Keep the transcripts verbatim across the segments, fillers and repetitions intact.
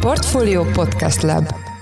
Portfolio Podcast Lab.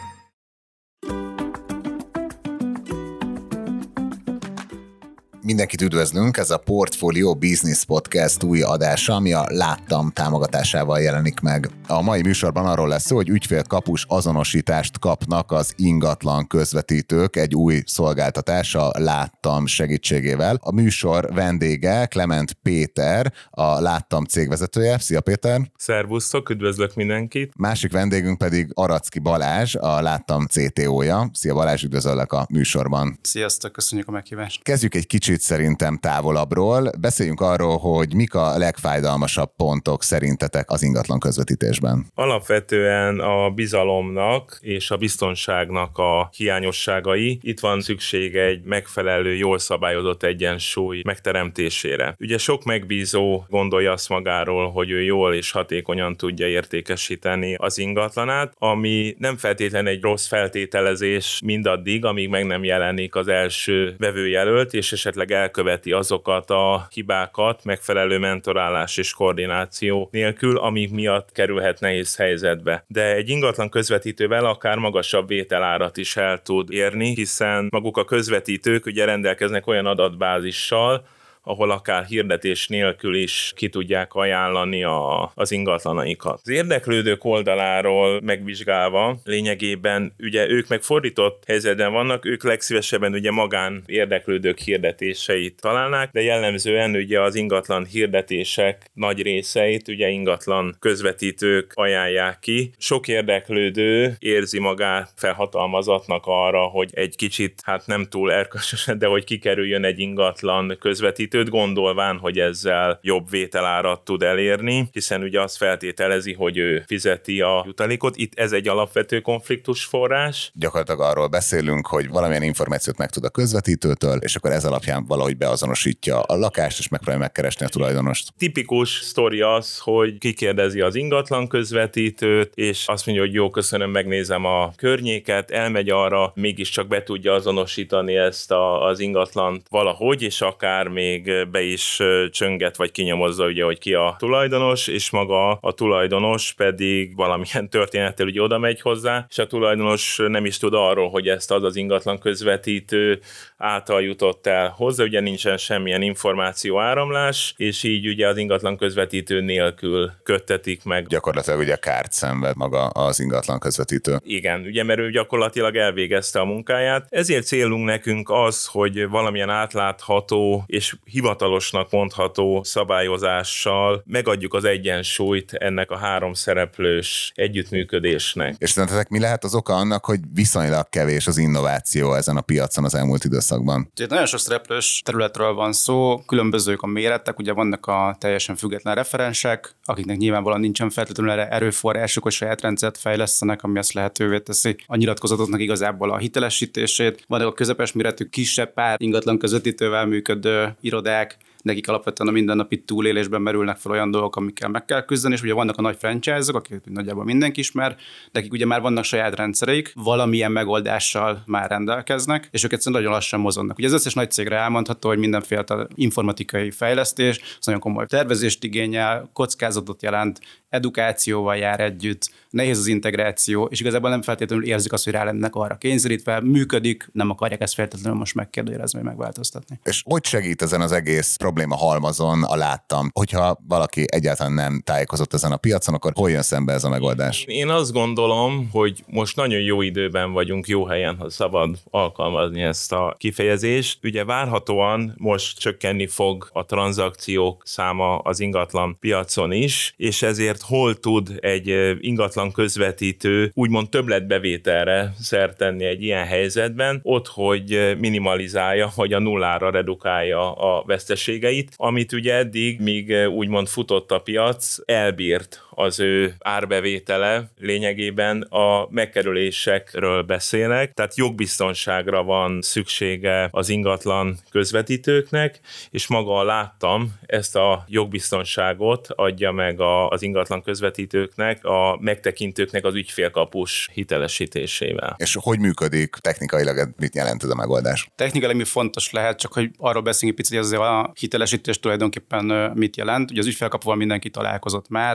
Mindenkit üdvözlünk, ez a Portfolio Business Podcast új adása, ami a Láttam támogatásával jelenik meg. A mai műsorban arról lesz szó, hogy ügyfélkapus azonosítást kapnak az ingatlan közvetítők egy új szolgáltatás, a Láttam segítségével. A műsor vendége Klement Péter, a Láttam cégvezetője. Szia Péter! Szervusztok, üdvözlök mindenkit! Másik vendégünk pedig Aracki Balázs, a Láttam cé té ó-ja. Szia Balázs, üdvözöllek a műsorban! Sziasztok, köszönjük a meghívást! Kezdjük egy kicsit szerintem távolabbról. Beszéljünk arról, hogy mik a legfájdalmasabb pontok szerintetek az ingatlan közvetítésben. Alapvetően a bizalomnak és a biztonságnak a hiányosságai. Itt van szükség egy megfelelő, jól szabályozott egyensúly megteremtésére. Ugye sok megbízó gondolja azt magáról, hogy ő jól és hatékonyan tudja értékesíteni az ingatlanát, ami nem feltétlenül egy rossz feltételezés mindaddig, amíg meg nem jelenik az első vevőjelölt, és esetleg elköveti azokat a hibákat megfelelő mentorálás és koordináció nélkül, amik miatt kerülhet nehéz helyzetbe. De egy ingatlan közvetítővel akár magasabb vételárat is el tud érni, hiszen maguk a közvetítők ugye rendelkeznek olyan adatbázissal, ahol akár hirdetés nélkül is ki tudják ajánlani a, az ingatlanaikat. Az érdeklődők oldaláról megvizsgálva lényegében ugye ők meg fordított helyzetben vannak, ők legszívesebben ugye magán érdeklődők hirdetéseit találnák, de jellemzően ugye az ingatlan hirdetések nagy részeit ugye ingatlan közvetítők ajánlják ki. Sok érdeklődő érzi magát felhatalmazatnak arra, hogy egy kicsit, hát nem túl erkölcsösen, de hogy kikerüljön egy ingatlan közvetítő, őt gondolván, hogy ezzel jobb vételárat tud elérni, hiszen ugye azt feltételezi, hogy ő fizeti a jutalékot. Itt ez egy alapvető konfliktusforrás. Gyakorlatilag arról beszélünk, hogy valamilyen információt megtud a közvetítőtől, és akkor ez alapján valahogy beazonosítja a lakást, és megpróbálja megkeresni a tulajdonost. Tipikus sztori az, hogy kikérdezi az ingatlan közvetítőt, és azt mondja, hogy jó, köszönöm, megnézem a környéket, elmegy arra, mégiscsak be tudja azonosítani ezt a, az ingatlant valahogy, és akár még be is csönget, vagy kinyomozza, ugye, hogy ki a tulajdonos, és maga a tulajdonos pedig valamilyen történettel ugye oda megy hozzá, és a tulajdonos nem is tud arról, hogy ezt az az ingatlan közvetítő által jutott el hozzá, ugye nincsen semmilyen információ áramlás, és így ugye az ingatlan közvetítő nélkül köttetik meg. Gyakorlatilag ugye kárt szenved maga az ingatlan közvetítő. Igen, ugye, mert ő gyakorlatilag elvégezte a munkáját. Ezért célunk nekünk az, hogy valamilyen átlátható és hivatalosnak mondható szabályozással megadjuk az egyensúlyt ennek a három szereplős együttműködésnek. És szerintetek mi lehet az oka annak, hogy viszonylag kevés az innováció ezen a piacon az elmúlt időszakban? Ugye nagyon sok szereplős területről van szó, különbözők a méretek, ugye vannak a teljesen független referensek, akiknek nyilvánvalóan nincsen feltétlenül erre erőforrásuk, hogy saját rendszert fejlesztenek, ami ezt lehetővé teszi. A nyilatkozatoknak igazából a hitelesítését, vannak a közepes méretű kisebb pár ingatlan közvetítővel működő irodák, nekik alapvetően a mindennapi túlélésben merülnek fel olyan dolgok, amikkel meg kell küzdeni, és ugye vannak a nagy franchise-ok, akiket nagyjából mindenki ismer, nekik ugye már vannak saját rendszereik, valamilyen megoldással már rendelkeznek, és ők egyszerűen nagyon lassan mozognak. Ugye az összes nagy cégre elmondható, hogy mindenféle informatikai fejlesztés, az nagyon komoly tervezést igényel, kockázatot jelent, edukációval jár együtt, nehéz az integráció, és igazából nem feltétlenül érzik azt, hogy rá lennek arra kényszerítve, működik, nem akarják ezt feltétlenül most megkérdőjelezni, vagy megváltoztatni. És hogy segít ezen az egész probléma halmazon a Láttam? Hogyha valaki egyáltalán nem tájékozott ezen a piacon, akkor hol jön szembe ez a megoldás? Én azt gondolom, hogy most nagyon jó időben vagyunk, jó helyen, ha szabad alkalmazni ezt a kifejezést. Ugye várhatóan most csökkenni fog a tranzakciók száma az ingatlan piacon is, és ezért hol tud egy ingatlan közvetítő úgymond többletbevételre szert tenni egy ilyen helyzetben, ott, hogy minimalizálja, vagy a nullára redukálja a veszteségeit, amit ugye eddig, míg úgymond futott a piac, elbírt az ő árbevétele. Lényegében a megkerülésekről beszélek, tehát jogbiztonságra van szüksége az ingatlan közvetítőknek, és maga a Láttam ezt a jogbiztonságot adja meg az ingatlan közvetítőknek, a megtekintőknek az ügyfélkapus hitelesítésével. És hogy működik technikailag, mit jelent ez a megoldás? Technikailag mi fontos lehet, csak hogy arról beszélünk egy picit, hogy ez a hitelesítés tulajdonképpen mit jelent. Ugye az ügyfélkapuval mindenki találkozott már,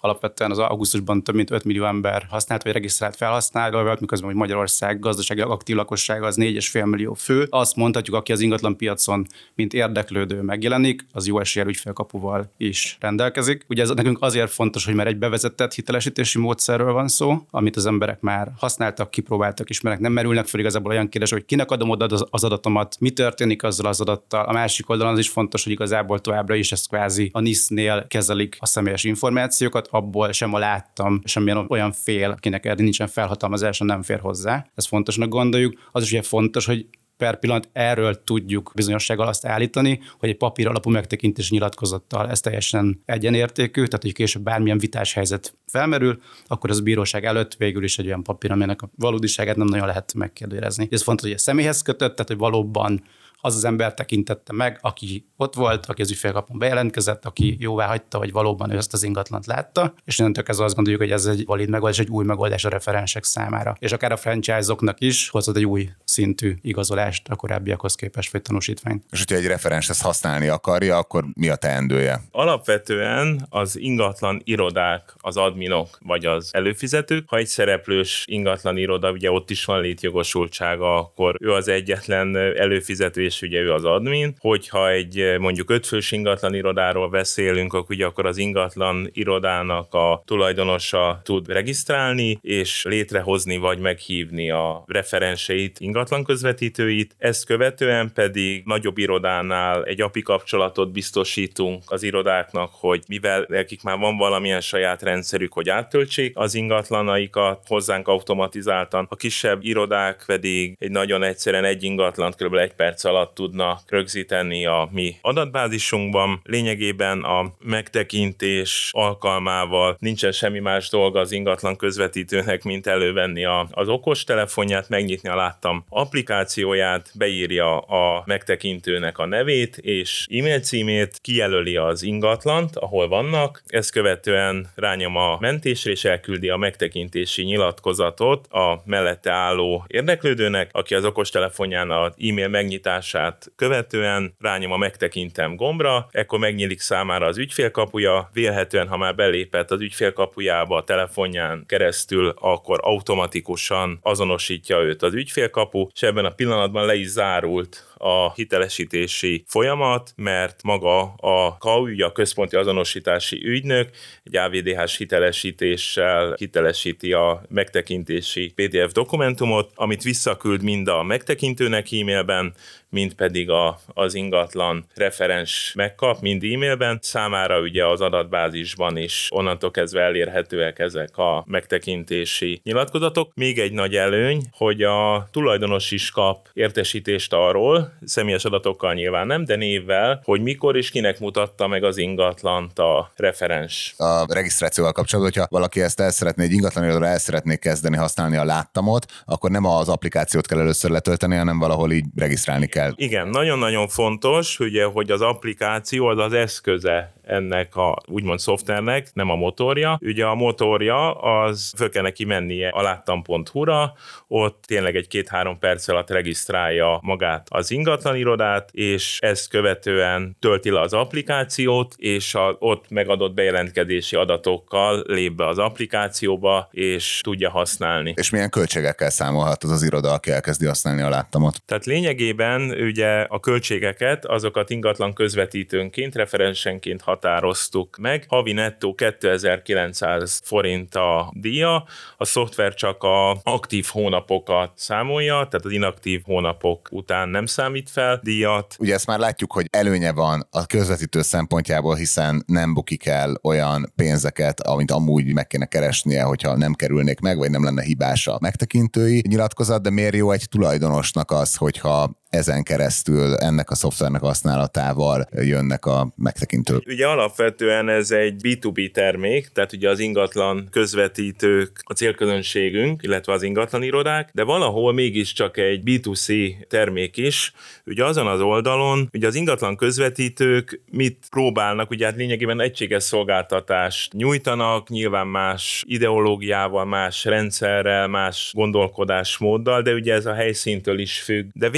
alapvetően az augusztusban több mint öt millió ember használt, vagy regisztrált felhasználó volt, miközben hogy Magyarország gazdaságilag aktív lakossága az négy egész öt millió fő. Azt mondhatjuk, aki az ingatlan piacon mint érdeklődő megjelenik, az jó eséllyel ügyfélkapuval is rendelkezik. Ugye ez nekünk azért fontos, hogy már egy bevezetett hitelesítési módszerről van szó, amit az emberek már használtak, kipróbáltak, ismernek, nem merülnek fel igazából olyan kérdés, hogy kinek adom oda az adatomat, mi történik azzal az adattal. A másik oldalon az is fontos, hogy igazából továbbra is ez kvázi a nisznél kezelik a személyes információkat, abból sem a láttam, semmilyen olyan fél, akinek erre nincsen felhatalmazása, nem fér hozzá. Ez fontosnak gondoljuk. Az is ugye fontos, hogy per pillanat erről tudjuk bizonyossággal azt állítani, hogy egy papír alapú megtekintési nyilatkozattal ez teljesen egyenértékű, tehát hogy később bármilyen vitás helyzet felmerül, akkor az a bíróság előtt végül is egy olyan papír, amelynek a valódiságát nem nagyon lehet megkérdőjelezni. Ez fontos, hogy a személyhez kötött, tehát hogy valóban az az ember tekintette meg, aki ott volt, aki az ügyfélkapun bejelentkezett, aki jóvá hagyta, hogy valóban ő ezt az ingatlant látta, és innentől kezdve azt gondoljuk, hogy ez egy valid megoldás, egy új megoldás a referensek számára. És akár a franchise-oknak is hozott egy új szintű igazolást a korábbiakhoz képest, vagy tanúsítványt. És hogyha egy referens ezt használni akarja, akkor mi a teendője? Alapvetően az ingatlan irodák, az adminok vagy az előfizetők, ha egy szereplős ingatlan iroda, ugye ott is van létjogosultsága, akkor ő az egyetlen előfizető, és ugye ő az admin. Hogyha egy mondjuk ötfős ingatlan irodáról beszélünk, akkor ugye akkor az ingatlan irodának a tulajdonosa tud regisztrálni, és létrehozni vagy meghívni a referenseit, ingatlan közvetítőit. Ezt követően pedig nagyobb irodánál egy á pé i kapcsolatot biztosítunk az irodáknak, hogy mivel nekik már van valamilyen saját rendszerük, hogy áttöltsék az ingatlanaikat hozzánk automatizáltan. A kisebb irodák pedig egy nagyon egyszerűen egy ingatlant kb. egy perc alatt tudnak rögzíteni a mi adatbázisunkban. Lényegében a megtekintés alkalmával nincsen semmi más dolga az ingatlan közvetítőnek, mint elővenni a, az okostelefonját, megnyitni a Láttam applikációját, beírja a megtekintőnek a nevét és e-mail címét, kijelöli az ingatlant, ahol vannak, ezt követően rányom a mentésre, és elküldi a megtekintési nyilatkozatot a mellette álló érdeklődőnek, aki az okostelefonján az e-mail megnyitását követően rányom a megtekintem gombra, ekkor megnyílik számára az ügyfélkapuja, vélhetően, ha már belépett az ügyfélkapujába a telefonján keresztül, akkor automatikusan azonosítja őt az ügyfélkapu, és ebben a pillanatban le is zárult a hitelesítési folyamat, mert maga a ká á ú, a Központi Azonosítási Ügynök egy á vé dé hás hitelesítéssel hitelesíti a megtekintési pé dé ef dokumentumot, amit visszaküld mind a megtekintőnek e-mailben, mind pedig a, az ingatlan referens megkap, mind e-mailben. Számára ugye az adatbázisban is onnantól kezdve elérhetőek ezek a megtekintési nyilatkozatok. Még egy nagy előny, hogy a tulajdonos is kap értesítést arról, személyes adatokkal nyilván nem, de névvel, hogy mikor és kinek mutatta meg az ingatlant a referens. A regisztrációval kapcsolatban, hogyha valaki ezt el szeretné, egy ingatlan irodára el szeretné kezdeni használni a Láttamot, akkor nem az applikációt kell először letölteni, hanem valahol így regisztrálni kell. Igen, nagyon-nagyon fontos, ugye, hogy az applikáció az az eszköze ennek a úgymond szoftvernek, nem a motorja. Ugye a motorja, az föl kell neki mennie a láttam pont hu-ra, ott tényleg egy két-három perc alatt regisztrálja magát az ingatlan irodát, és ezt követően tölti le az applikációt, és a ott megadott bejelentkezési adatokkal lép be az applikációba, és tudja használni. És milyen költségekkel számolhat az az iroda, aki elkezdi használni a Láttamot? Tehát lényegében ugye a költségeket, azokat ingatlan közvetítőnként, referensenként határoztuk meg. Havi nettó kétezer-kilencszáz forint a díja, a szoftver csak az aktív hónapokat számolja, tehát az inaktív hónapok után nem számít fel díjat. Ugye ezt már látjuk, hogy előnye van a közvetítő szempontjából, hiszen nem bukik el olyan pénzeket, amit amúgy meg kéne keresnie, hogyha nem kerülnék meg, vagy nem lenne hibás a megtekintői nyilatkozat, de miért jó egy tulajdonosnak az, hogyha ezen keresztül ennek a szoftvernek használatával jönnek a megtekintők? Ugye alapvetően ez egy bé kettő bé termék, tehát ugye az ingatlan közvetítők a célközönségünk, illetve az ingatlan irodák, de valahol mégiscsak egy bé kettő cé termék is. Ugye azon az oldalon, ugye az ingatlan közvetítők mit próbálnak, ugye hát lényegében egységes szolgáltatást nyújtanak, nyilván más ideológiával, más rendszerrel, más gondolkodásmóddal, de ugye ez a helyszíntől is függ. De végre azt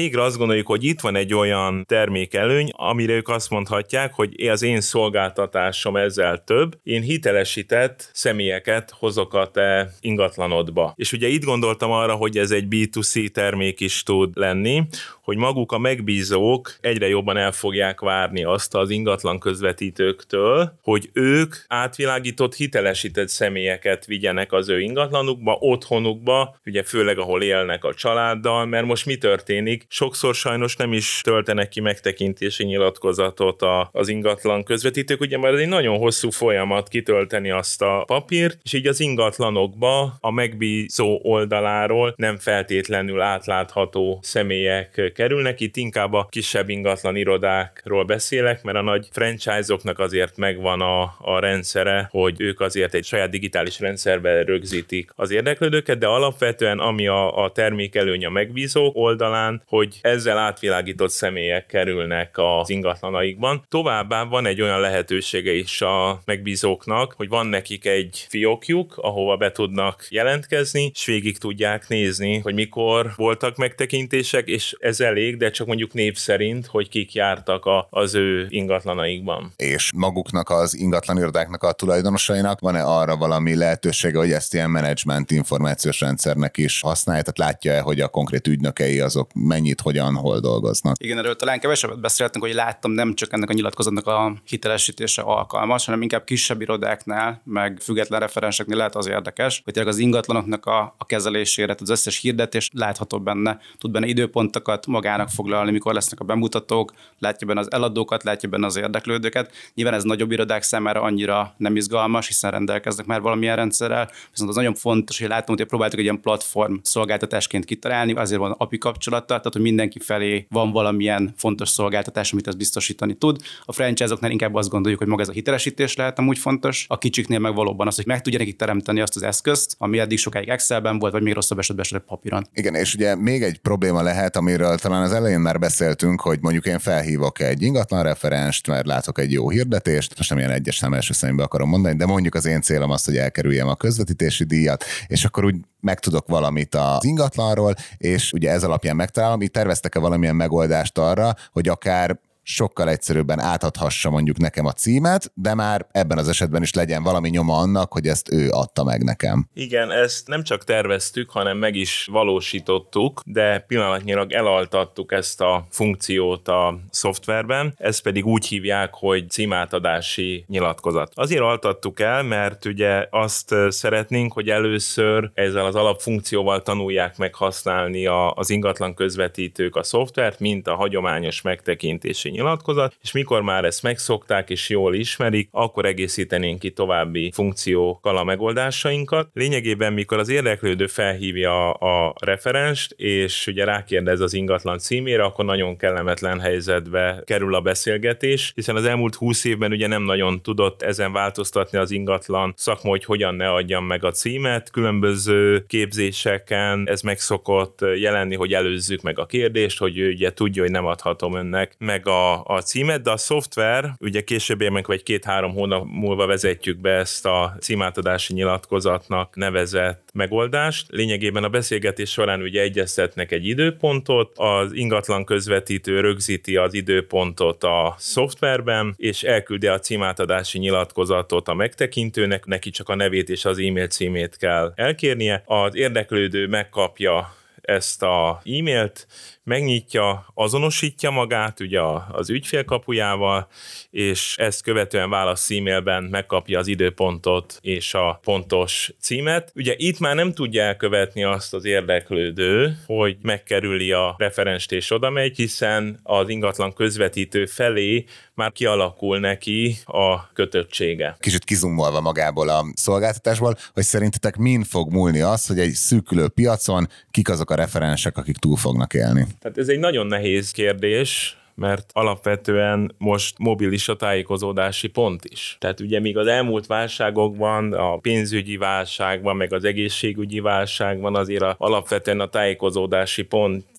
gondoljuk, hogy itt van egy olyan termékelőny, amire ők azt mondhatják, hogy az én szolgáltatásom ezzel több, én hitelesített személyeket hozok a te ingatlanodba. És ugye itt gondoltam arra, hogy ez egy bé kettő cé termék is tud lenni, hogy maguk a megbízók egyre jobban el fogják várni azt az ingatlan közvetítőktől, hogy ők átvilágított, hitelesített személyeket vigyenek az ő ingatlanukba, otthonukba, ugye főleg ahol élnek a családdal, mert most mi történik? Sokszor sajnos nem is töltenek ki megtekintési nyilatkozatot az ingatlan közvetítők, ugye már ez egy nagyon hosszú folyamat kitölteni azt a papírt, és így az ingatlanokba a megbízó oldaláról nem feltétlenül átlátható személyek kerülnek. Itt inkább a kisebb ingatlan irodákról beszélek, mert a nagy franchise-oknak azért megvan a, a rendszere, hogy ők azért egy saját digitális rendszerbe rögzítik az érdeklődőket, de alapvetően ami a, a termékelőny a megbízók oldalán, hogy ezzel átvilágított személyek kerülnek az ingatlanaikban. Továbbá van egy olyan lehetősége is a megbízóknak, hogy van nekik egy fiókjuk, ahova be tudnak jelentkezni, és végig tudják nézni, hogy mikor voltak megtekintések, és ez elég, de csak mondjuk név szerint, hogy kik jártak a, az ő ingatlanaikban. És maguknak az ingatlan irodáknak a tulajdonosainak van-e arra valami lehetősége, hogy ezt ilyen menedzsment információs rendszernek is használja, tehát látja-e, hogy a konkrét ügynökei azok mennyit, hogyan, hol dolgoznak? Igen, erről talán kevesebbet beszéltünk, hogy láttam, nem csak ennek a nyilatkozatnak a hitelesítése alkalmas, hanem inkább kisebb irodáknál, meg független referenseknél lehet az érdekes, hogy tényleg az ingatlanoknak a, a kezelésére, az összes hirdetés látható benne, tud benne időpontokat magának foglalni, mikor lesznek a bemutatók, látja benne az eladókat, látja benne az érdeklődőket. Nyilván ez nagyobb irodák számára annyira nem izgalmas, hiszen rendelkeznek már valamilyen rendszerrel, viszont az nagyon fontos, hogy látom, hogy próbáltuk egy ilyen platform szolgáltatásként kitalálni, azért van á pé i kapcsolata, tehát hogy mindenki felé van valamilyen fontos szolgáltatás, amit ez biztosítani tud. A franchise-oknál inkább azt gondoljuk, hogy maga ez a hitelesítés lehet amúgy fontos, a kicsiknél meg valóban az, hogy meg tudja nekik teremteni azt az eszközt, ami eddig sokáig Excelben volt, vagy még rosszabb esetben esetleg papíron. Igen, és ugye még egy probléma lehet, amiről talán az elején már beszéltünk, hogy mondjuk én felhívok egy ingatlan referenst, mert látok egy jó hirdetést, most nem ilyen egyes szám első személybe akarom mondani, de mondjuk az én célom az, hogy elkerüljem a közvetítési díjat, és akkor úgy megtudok valamit az ingatlanról, és ugye ez alapján megtalálom, itt terveztek-e valamilyen megoldást arra, hogy akár sokkal egyszerűbben átadhassa mondjuk nekem a címet, de már ebben az esetben is legyen valami nyoma annak, hogy ezt ő adta meg nekem. Igen, ezt nem csak terveztük, hanem meg is valósítottuk, de pillanatnyilag elaltattuk ezt a funkciót a szoftverben, ezt pedig úgy hívják, hogy címátadási nyilatkozat. Azért altattuk el, mert ugye azt szeretnénk, hogy először ezzel az alapfunkcióval tanulják meg használni a, az ingatlan közvetítők a szoftvert, mint a hagyományos megtekintési nyilatkozat, és mikor már ezt megszokták és jól ismerik, akkor egészítenénk ki további funkciókkal a megoldásainkat. Lényegében, mikor az érdeklődő felhívja a referenst, és ugye rákérdez az ingatlan címére, akkor nagyon kellemetlen helyzetbe kerül a beszélgetés, hiszen az elmúlt húsz évben ugye nem nagyon tudott ezen változtatni az ingatlan szakma, hogy hogyan ne adjam meg a címet. Különböző képzéseken ez meg szokott jelenni, hogy előzzük meg a kérdést, hogy ő ugye tudja, hogy nem adhatom önnek meg a a címet, de a szoftver, ugye később érnek, vagy két-három hónap múlva vezetjük be ezt a címátadási nyilatkozatnak nevezett megoldást. Lényegében a beszélgetés során ugye egyeztetnek egy időpontot, az ingatlan közvetítő rögzíti az időpontot a szoftverben, és elküldi a címátadási nyilatkozatot a megtekintőnek, neki csak a nevét és az e-mail címét kell elkérnie. Az érdeklődő megkapja ezt a e-mailt, megnyitja, azonosítja magát ugye az ügyfélkapujával, és ezt követően válasz e-mailben megkapja az időpontot és a pontos címet. Ugye itt már nem tudja elkövetni azt az érdeklődő, hogy megkerüli a referenst és oda megy, hiszen az ingatlan közvetítő felé már kialakul neki a kötöttsége. Kicsit kizumolva magából a szolgáltatásból, hogy szerintetek min fog múlni az, hogy egy szűkülő piacon kik azok a referensek, akik túl fognak élni? Tehát ez egy nagyon nehéz kérdés, mert alapvetően most mobilis a tájékozódási pont is. Tehát ugye még az elmúlt válságokban, a pénzügyi válságban, meg az egészségügyi válságban azért a, alapvetően a tájékozódási pont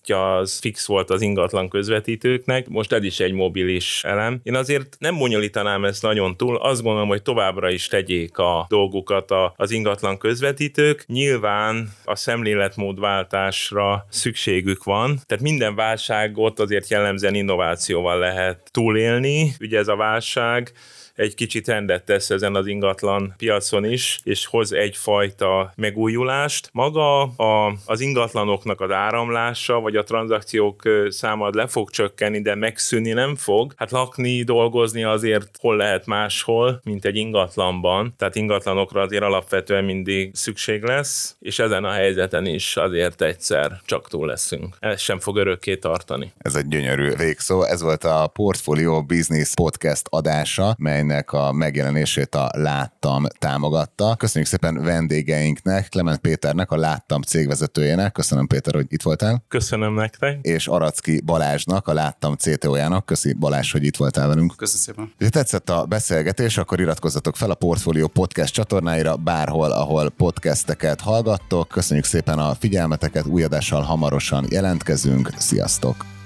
hálózatja az fix volt az ingatlan közvetítőknek, most ez is egy mobilis elem. Én azért nem bonyolítanám ezt nagyon túl, azt gondolom, hogy továbbra is tegyék a dolgukat az ingatlan közvetítők. Nyilván a szemléletmódváltásra szükségük van, tehát minden válságot azért jellemzően innovációval lehet túlélni. Ugye ez a válság egy kicsit rendet tesz ezen az ingatlan piacon is, és hoz egyfajta megújulást. Maga a, az ingatlanoknak az áramlása, vagy a tranzakciók száma le fog csökkenni, de megszűnni nem fog. Hát lakni, dolgozni azért hol lehet máshol, mint egy ingatlanban. Tehát ingatlanokra azért alapvetően mindig szükség lesz, és ezen a helyzeten is azért egyszer csak túl leszünk. Ez sem fog örökké tartani. Ez egy gyönyörű végszó. Ez volt a Portfolio Business Podcast adása, mely a megjelenését a Láttam támogatta. Köszönjük szépen vendégeinknek, Klement Péternek, a Láttam cégvezetőjének. Köszönöm, Péter, hogy itt voltál. Köszönöm nektek. És Aracki Balázsnak, a Láttam cé té ó-jának. Köszi, Balázs, hogy itt voltál velünk. Köszönöm szépen. Ha tetszett a beszélgetés, akkor iratkozzatok fel a Portfolio Podcast csatornáira, bárhol, ahol podcasteket hallgattok. Köszönjük szépen a figyelmeteket, új adással hamarosan jelentkezünk. Sziasztok!